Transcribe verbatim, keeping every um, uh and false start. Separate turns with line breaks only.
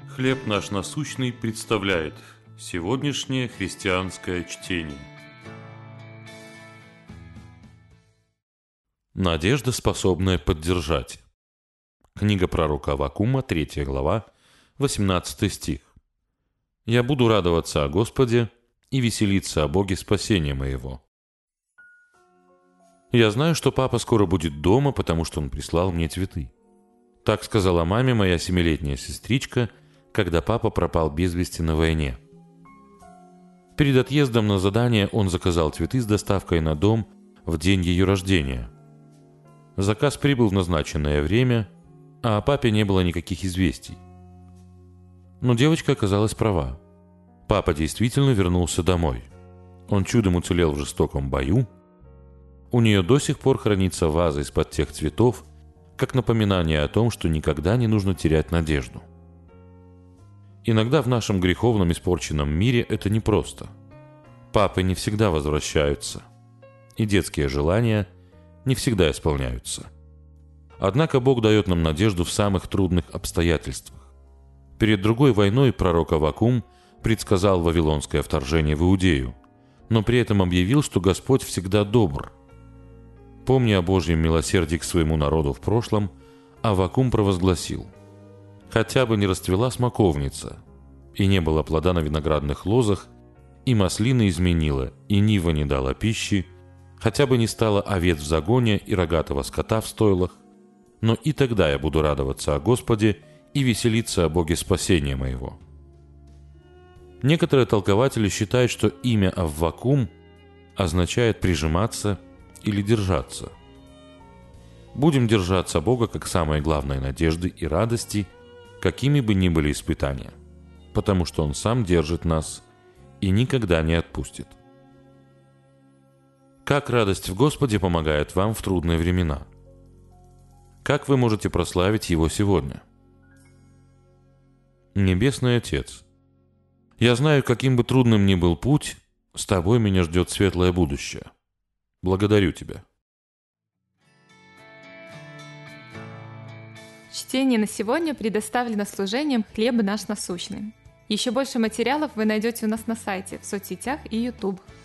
«Хлеб наш насущный» представляет сегодняшнее христианское чтение. Надежда, способная поддержать. Книга пророка Аввакума, третья глава, восемнадцатый стих. «Я буду радоваться о Господе и веселиться о Боге спасения моего». Я знаю, что папа скоро будет дома, потому что он прислал мне цветы. Так сказала маме моя семилетняя сестричка, когда папа пропал без вести на войне. Перед отъездом на задание он заказал цветы с доставкой на дом в день ее рождения. Заказ прибыл в назначенное время, а о папе не было никаких известий. Но девочка оказалась права. Папа действительно вернулся домой. Он чудом уцелел в жестоком бою. У нее до сих пор хранится ваза из-под тех цветов, как напоминание о том, что никогда не нужно терять надежду. Иногда в нашем греховном испорченном мире это непросто. Папы не всегда возвращаются, и детские желания не всегда исполняются. Однако Бог дает нам надежду в самых трудных обстоятельствах. Перед другой войной пророк Аввакум предсказал вавилонское вторжение в Иудею, но при этом объявил, что Господь всегда добр. Помня о Божьем милосердии к своему народу в прошлом, Аввакум провозгласил: «Хотя бы не расцвела смоковница, и не было плода на виноградных лозах, и маслина изменила, и нива не дала пищи, хотя бы не стало овец в загоне и рогатого скота в стойлах, но и тогда я буду радоваться о Господе и веселиться о Боге спасения моего». Некоторые толкователи считают, что имя Аввакум означает прижиматься или держаться. Будем держаться Бога как самой главной надежды и радости, какими бы ни были испытания, потому что Он сам держит нас и никогда не отпустит. Как радость в Господе помогает вам в трудные времена? Как вы можете прославить Его сегодня? Небесный Отец, я знаю, каким бы трудным ни был путь, с Тобой меня ждет светлое будущее. Благодарю Тебя.
Чтение на сегодня предоставлено служением «Хлеб наш насущный». Еще больше материалов вы найдете у нас на сайте, в соцсетях и YouTube.